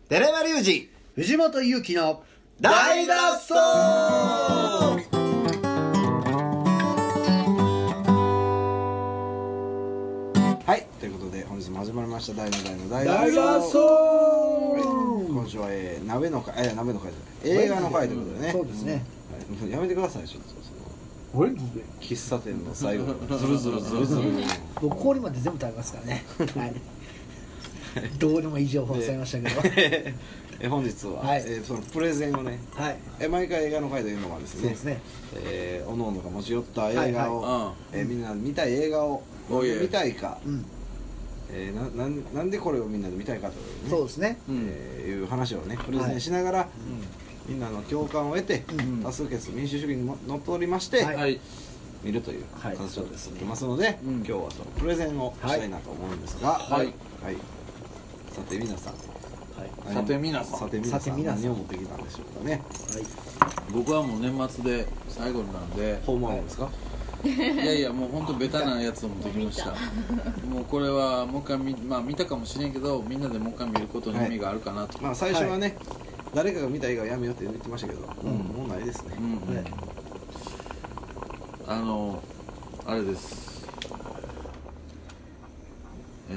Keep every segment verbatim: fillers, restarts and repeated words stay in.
寺山隆二藤本勇樹の大脱走。 はい、ということで本日も始まりました大の大の大大脱走、 はい、今週は、えー、鍋の会、えー、鍋の会じゃない映画の会ということでね。 そうですね、 はい、やめてくださいちょっとその俺喫茶店の最後ズルズルズルズル僕氷まで全部食べますからねはいどうでもいい情報を伝えましたけどえ本日は、 はいえー、そのプレゼンをね、 はい、 え毎回映画の会というのはですね、 そうですね、 えー、おのおのが持ち寄った映画を、 はいはいえー、みんな見たい映画をおいえ見たいか、 うん、 えー、な, な, なんでこれをみんなで見たいかというね、 そうですね、 えー、いう話をねプレゼンしながら、 はい、 みんなの共感を得て、 うん、 多数決民主主義にのっとりまして、 はいはい見るというはい形をとってますので、 うん今日はそのプレゼンをしたいなと思うんですが、 はいはい、さて皆さん、 はいさて皆さんさて皆さんさて皆さん何を持ってきたんでしょうかね。 僕はもう年末で最後なんでホームアローンですか？ いやいやもう本当ベタなやつを持ってきましたもうこれはもう一回見、まあ、見たかもしれんけどみんなでもう一回見ることに意味があるかなと、 まあ最初はね、誰かが見た映画をやめようって言ってましたけど、 うんもうないですね。 うんはい、 あのあれですえ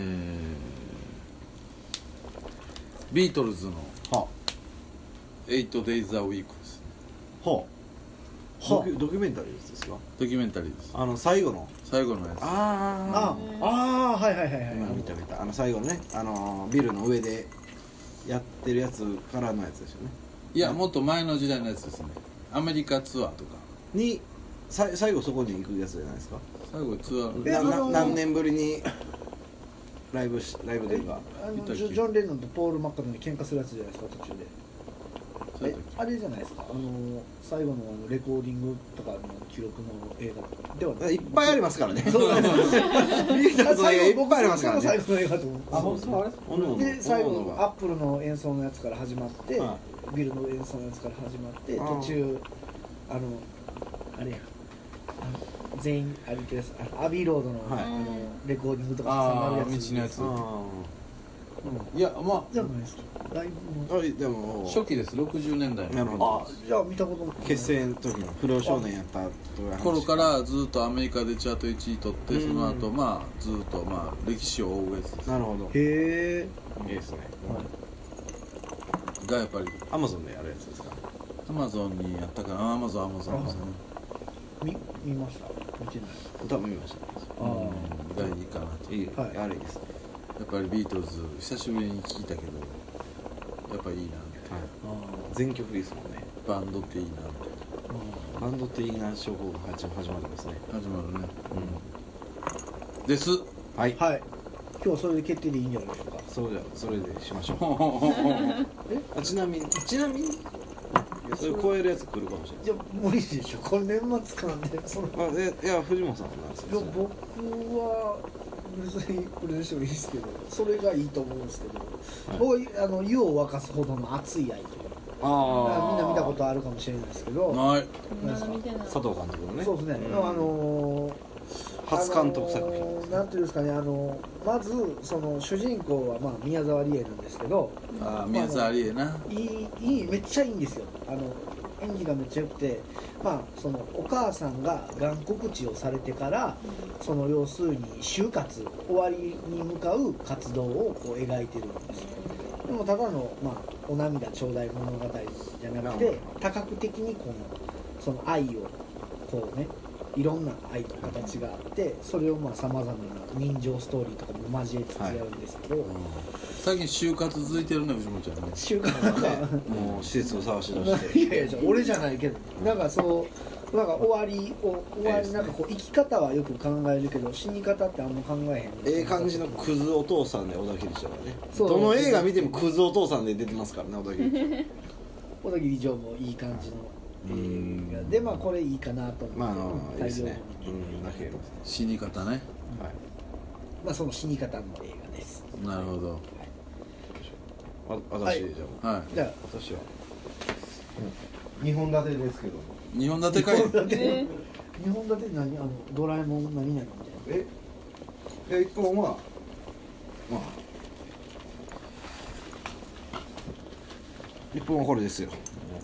ー、ビートルズのはエイトデイズ・ア・ウィークですねあ、はあ、ドキュドキュメンタリーですか？ ドキュメンタリーですあの最後の最後のやつああああはいはいはいはい、 あ見た見たあの最後のねあのビルの上でやってるやつからのやつですよね。 いやもっと前の時代のやつですねアメリカツアーとかにさ最後そこに行くやつじゃないですか？ 最後ツアーななえあのー何年ぶりにライブしライブというかあの見たっけジョジョン・レノンとポール・マッカートニー喧嘩するやつじゃないですか途中でえそうやったっあれじゃないですかあの最後のあのレコーディングとかの記録の映画とかではないいっぱいありますからね。 そうなんですビートルズの映画いっぱいありますからね。 最後の映画と思うあ本当あれ？おのおので最おのおのが後アップルの演奏のやつから始まって、 はビルの演奏のやつから始まってあー途中あのあれやあの全員歩いてるやつあのアビーロードの,、 はいあのレコーディングとかあー挟まるやつ道のやつあいやまじゃないですかライブのあでもあ初期ですろくじゅうねんだいのなるほどあじゃあ見たことない結成の時の不良少年やったという話頃からずっとアメリカでチャートいちい取ってうんその後まあずっとまあ歴史を追うやつですなるほどへえ、 いいですね。 がやっぱりアマゾンでやるやつですか？ アマゾンにやったかなアマゾンアマゾンですね見見ました見てない多分見ました。 あーうんがいいかなといい、 はいあれいいですね。 やっぱりビートルズ久しぶりに聴いたけどやっぱいいなみたいはい。 あ全曲いいですもんね。 なバンドっていいなみたいーあバンドっていいな情報が始始まりますね。 な始まるねうん。 ですはい。 ーはい今日はそれで決定でいいんじゃないでしょうかそうじゃそれでしましょう。 えあちなみにちなみにそれ超えるやつ来るかもしれない。 いや無理でしょこれ年末かなんでそのあでいや藤本さんはなんですか？ いや僕は別にプレゼンしてもいいですけどそれがいいと思うんですけど、僕はあの湯を沸かすほどの熱い愛というああみんな見たことあるかもしれないですけどない何ですか佐藤監督のね。 そうですね、 んあのー初監督作品あのーなんていうんですかねあのまずその主人公はまあ宮沢りえなんですけどあー宮沢りえないいいいめっちゃいいんですよあの演技がめっちゃ良くて、まあ、そのお母さんががん告知をされてからその要するに就活終わりに向かう活動をこう描いてるんですよでもただの、まあ、お涙ちょうだい物語じゃなくて多角的にこのその愛をこうねいろんな愛の形があってそれをまあさまざまな人情ストーリーとかも交えつつやるんですけど、 最近就活続いてるね藤本ちゃんね就活がもう施設を探し出して。 いやいやじゃあ俺じゃないけどなんかそうなんか終わりを終わりなんかこう生き方はよく考えるけど死に方ってあんま考えへんええ感じのクズお父さんで小田切城がね。 そうどの映画見てもクズお父さんで出てますからね小田切城。 小田切城もいい感じの映画でまあこれいいかなと思って、 まああのいい大量にですね。 見ていいうんだけど。 死に方ねはい。 まあその死に方の映画ですなるほどわ私、 はいじゃあはじゃあ私はにほん立てですけどもいにほん立てかい日本立て日本立てって何あのドラえもん何々みたいなえいや一本はまあいっぽんはこれですよ。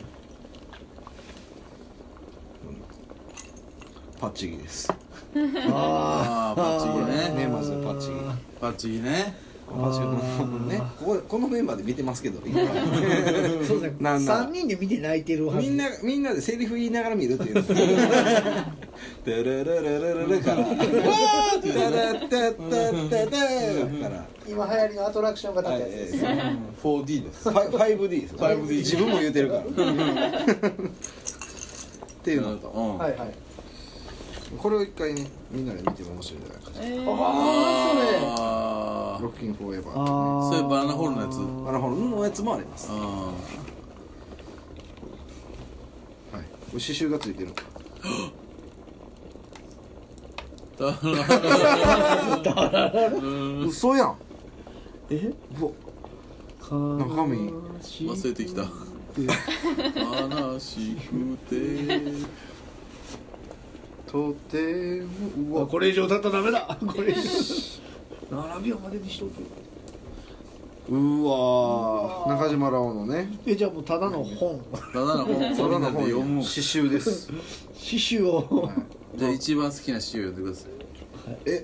パッチギです。 ああパッチギね。 ねまずパッチギ。 パッチギね。 パッチギのねこここのメンバーで見てますけど。 そうですね。 なんださんにんで見て泣いてるはず。 みんなみんなでセリフ言いながら見るっていう。タララララララから。タラタタタタから。 今流行りのアトラクション型ってやつですね。 フォーディー です。 ファイ ファイブディー です。 ファイブディー自分も言うてるから。っていうのと、 うんはいはい。 これを一回ねみんなで見ても面白いんじゃないかと。 あああロッキンフォーエバそれ。 ー。 ああ。 それバナナホールのやつ。 バナホールのやつもあります。 あはい。刺繍がついてる。嘘やん。 え？ うわ。中身忘れてきた。悲しくてとてもうわ。 これ以上だったらダメだ。これ以上。ななびょうまでにしとく。 うわー。中島ラオのね。 えじゃあもうただの本。 ただの本ただの本読む。 刺繍です。 刺繍を。 はいじゃあ一番好きな詩を読んでください。 え。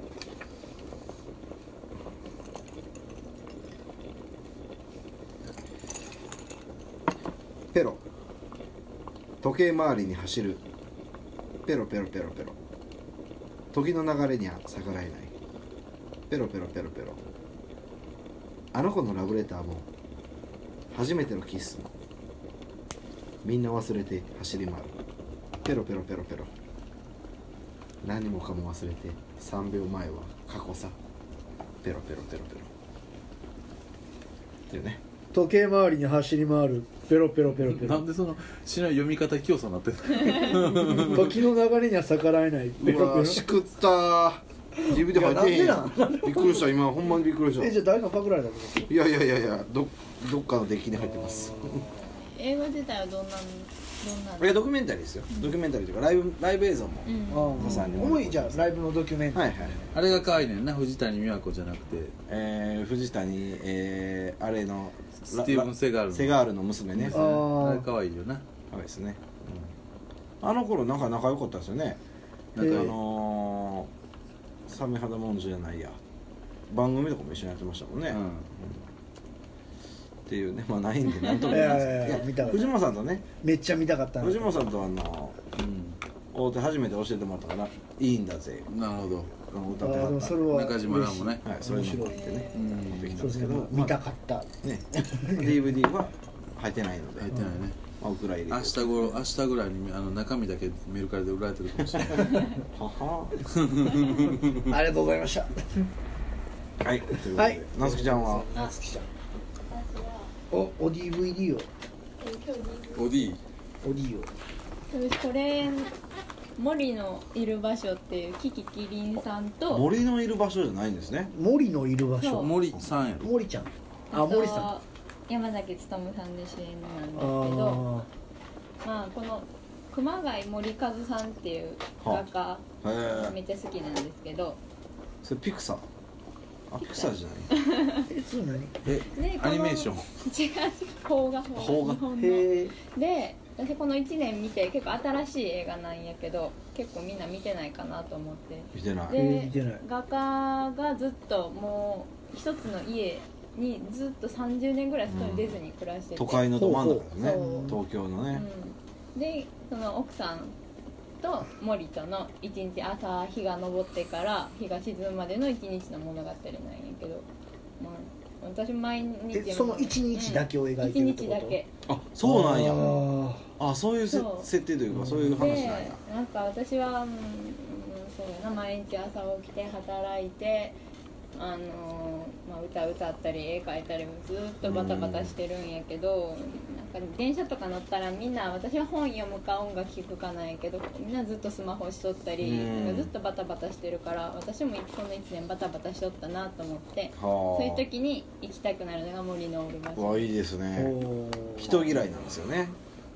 ペロ。時計回りに走る。ペロペロペロペロ。時の流れには逆らえない。ペロペロペロペロ。あの子のラブレターも初めてのキスもみんな忘れて走り回る。ペロペロペロペロ。何もかも忘れてさんびょうまえは過去さ。ペロペロペロペロっていうね。 時計回りに走り回る。ペロペロペロペロ。 なんでその詩の読み方競争になってるの？ 時の流れには逆らえない。ペうロペロ。 わしくったー。 ディーブイディー 入ってへんやん。 いやなんでびっくりした今ほんまにびっくりした。 えじゃあ誰かパクられたってこと？ いやいやいやいやどどっかのデッキに入ってます。 映画自体はどんなどんなこれドキュメンタリーですよ。ドキュメンタリーというかライブライブ映像も。 うんああさんにん主にじゃあライブのドキュメンタリー。 はいはい。 あれが可愛いねんな。藤谷美和子じゃなくてえー、藤谷えー、あれのスティーブン・セガールのセガールの娘ね。 あーあれ可愛いよな。 可愛いですね。うんあの頃なんか仲良かったですよね。なんかあのー、サメ肌モンジュじゃないや。番組とかも一緒にやってましたもんね。 うんっていうね、まあないんでなんともい言えないやいやいやです。 見たかった藤本さんとね、 めっちゃ見たかったな。 藤本さんとあのうん大手初めて教えてもらったからいいんだぜ。 なるほど。 あの歌あーでもってはった。 それは中島ランもねはい、そういうのもあってね。 うんできたそうですすんでけど、 けど見たかった。 ね、ディーブイディー は入ってないので、 入ってないね。 まあお蔵入りで。 明日頃明日ぐらいにあの中身だけメルカリで売られてるかもしれない。 はは。 ありがとうございました。 はい。ということではいなつきちゃんはなつきちゃん。おお ディーブイディー をボディお D を。 私これ森のいる場所っていうキキキリンさんと森のいる場所じゃないんですね。 森のいる場そう所。 森さんやろ。 森ちゃん。あと森さん。 山崎努さんで主演なんですけあど、まあこの熊谷森和さんっていう画家へえ。 めっちゃ好きなんですけど、 それピクサー。あ、ピクサーじゃない。 あ。えそれ何？ え、 でこのアニメーション。 違う邦画邦画日本のへえ。 で私このいちねん見て結構新しい映画なんやけど結構みんな見てないかなと思って見てない。 えーで見てない画家がずっともう一つの家にずっとさんじゅうねんぐらい一人出ずに暮らしてて、 都会のど真ん中ですねほうほう。 東京のね。 うん、でその奥さんと森との一日朝日が昇ってから日が沈むまでの一日の物語なんやけど、まあ、私毎日えその一日だけを描いてるってこと一日だけあ、そうなんや。 ああ、そういうせそう設定というかそういう話なんでや。 なんか私は、うんうん、そうやな毎日朝起きて働いてあの、まあ、歌歌ったり絵描いたりもずっとバタバタしてるんやけど、なんか電車とか乗ったらみんな私は本読むか音楽聴くかなんやけどみんなずっとスマホしとったり、 うんなんかずっとバタバタしてるから私もこのいちねんバタバタしとったなと思ってはそういう時に行きたくなるのが森のおる場あ。 所。 わ、いいですーね。 おー人嫌いなんですよね。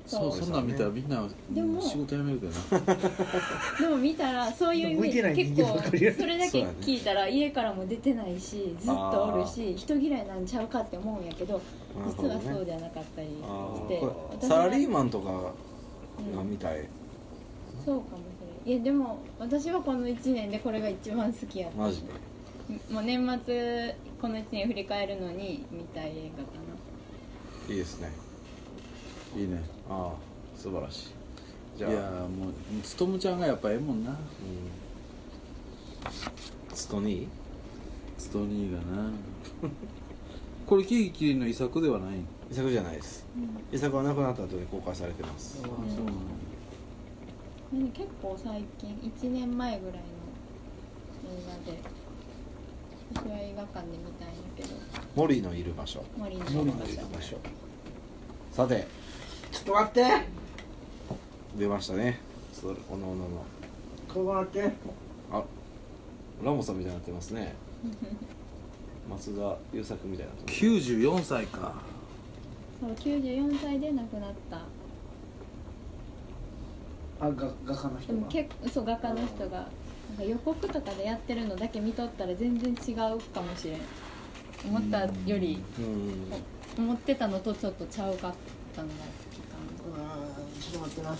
そうそんなん見たらみんなでも仕事辞めるからなでも見たらそういうイメ向いてないージ結構人間ばっかりやそれだけ聞いたら家からも出てないしずっとおるし人嫌いなんちゃうかって思うんやけど実はそうじゃなかったりしてこれ私はサラリーマンとかが見たい、 そうかもしれんいやでも私はこのいちねんでこれが一番好きやったマジでもう年末このいちねん振り返るのに見たい映画かいいですねいいねああ素晴らしいじゃあいやもうつとむちゃんがやっぱええもんなうんストニーストニーがなこれキキキリンの遺作ではないん遺作じゃないです遺作は亡くなった後に公開されてますそうなのな、結構最近いちねんまえぐらいの映画で私は映画館で見たいんだけど森のいる場所森の森の場所場所さてちょっと待って出ましたねそれおのおののここ待ってあラモさんみたいになってますね松田優作みたいになってますきゅうじゅうよんさいかそうきゅうじゅうよんさいで亡くなったあが画家のでも人が結構そう画家の人がなんか予告とかでやってるのだけ見とったら全然違うかもしれん思ったよりうん思ってたのとちょっとちゃうかったのが好きかなうわーちょっと待ってな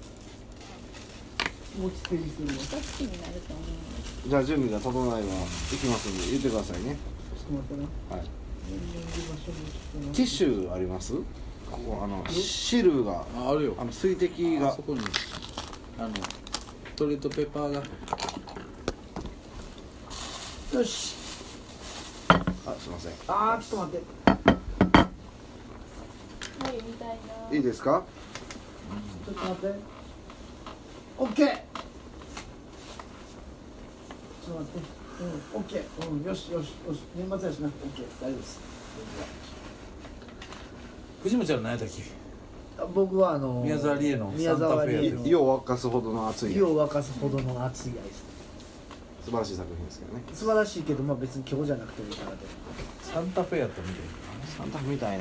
もう整理するのちょっ人好きになると思うじゃあ準備が整えばいきますんで言ってくださいねと待ってなはい森のいる場所にちょっとなティッシュありますここあの汁がああるよあの水滴があそこにあのトイレットペーパーがよしあすいませんあーちょっと待ってはいみたいないいですかちょっと待ってオッケーちょっと待ってうんオッケーうんよしよしよし年末やしなオッケー大丈夫です藤本ちゃん何やったっけあ僕はあのー宮沢りえの宮沢りえの湯を沸かすほどの熱い火を沸かすほどの熱いアイス素晴らしい作品ですけどね素晴らしいけどまあ別に今日じゃなくてもいいからでサンタフェやったみたいサンタフみたいな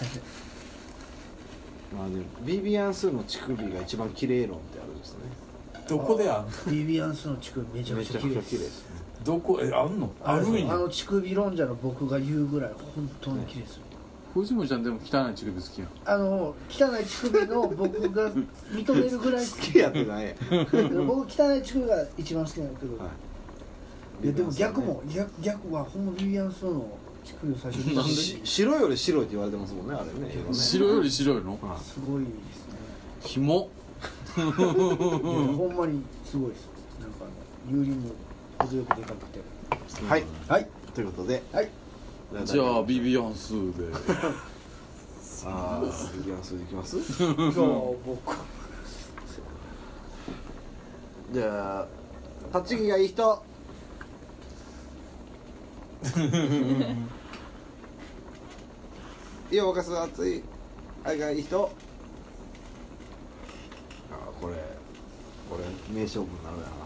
まあでもビビアンスーの乳首が一な綺麗論ってあるんですねなどこであんのビビアンスの乳首めちゃめちゃくちゃくちゃ綺麗綺麗ですねどこえあんのああるんやの乳首論者の僕が言うぐらい本当に綺麗ですよ、 藤本ちゃんでも汚い乳首好きやんあの汚い乳首の僕が認めるぐらい好好ききやってないや僕汚い乳首が一番好きなんだけど、 はいいやでも逆も逆逆はほんまビビアンスの乳首を最初に見たなんでし白より白いって言われてますもんねあれね色ね白より白いのはすごいですねひもいやほんまにすごいですなんかあの油輪も程よくでかくてい、はい、 はいということではいじゃあビビアンスでああビビアンスでいきます今日僕じゃあ立ち木がいい人家を沸かす熱い愛がいい人ああこれこれ名勝負になるやな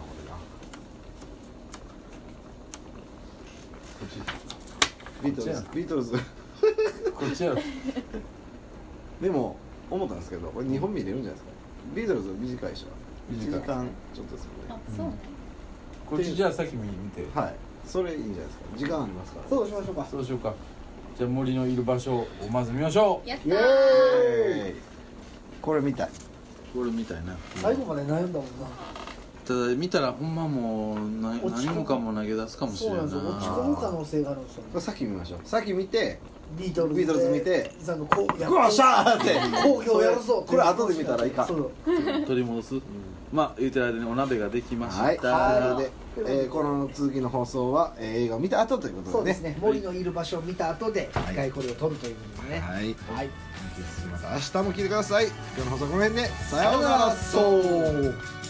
俺なビートルズビートルズこっちやろでも思ったんですけどこれにほん見れるんじゃないですかビートルズ短いでしょいちじかんちょっとですあよねそうねこっちじゃあさっき見てはいそれいいんじゃないですか時間ありますからそうしましょうかそうしようかじゃあ森のいる場所をまず見ましょうやったーイエーイえーこれ見たいこれみたいな最後まで悩んだもんなただ見たらほんまもうな落ち込む何もかも投げ出すかもしれそうなんですよ落ち込む可な能性があるんですよこれさっき見ましょうさっき見てビートルズビートルズ見てさんのこうやうわっしゃーって工業やるぞこれ後で見たらいいかそう取り戻すまあ言ってる間にお鍋ができました、 はいというはことで、えーこの続きの放送は、えー映画を見た後ということでねそうですね森のいる場所を見た後ではい一回これを撮るということでねはいはいまた明日も聞いてください今日の放送はこの辺でさようならそう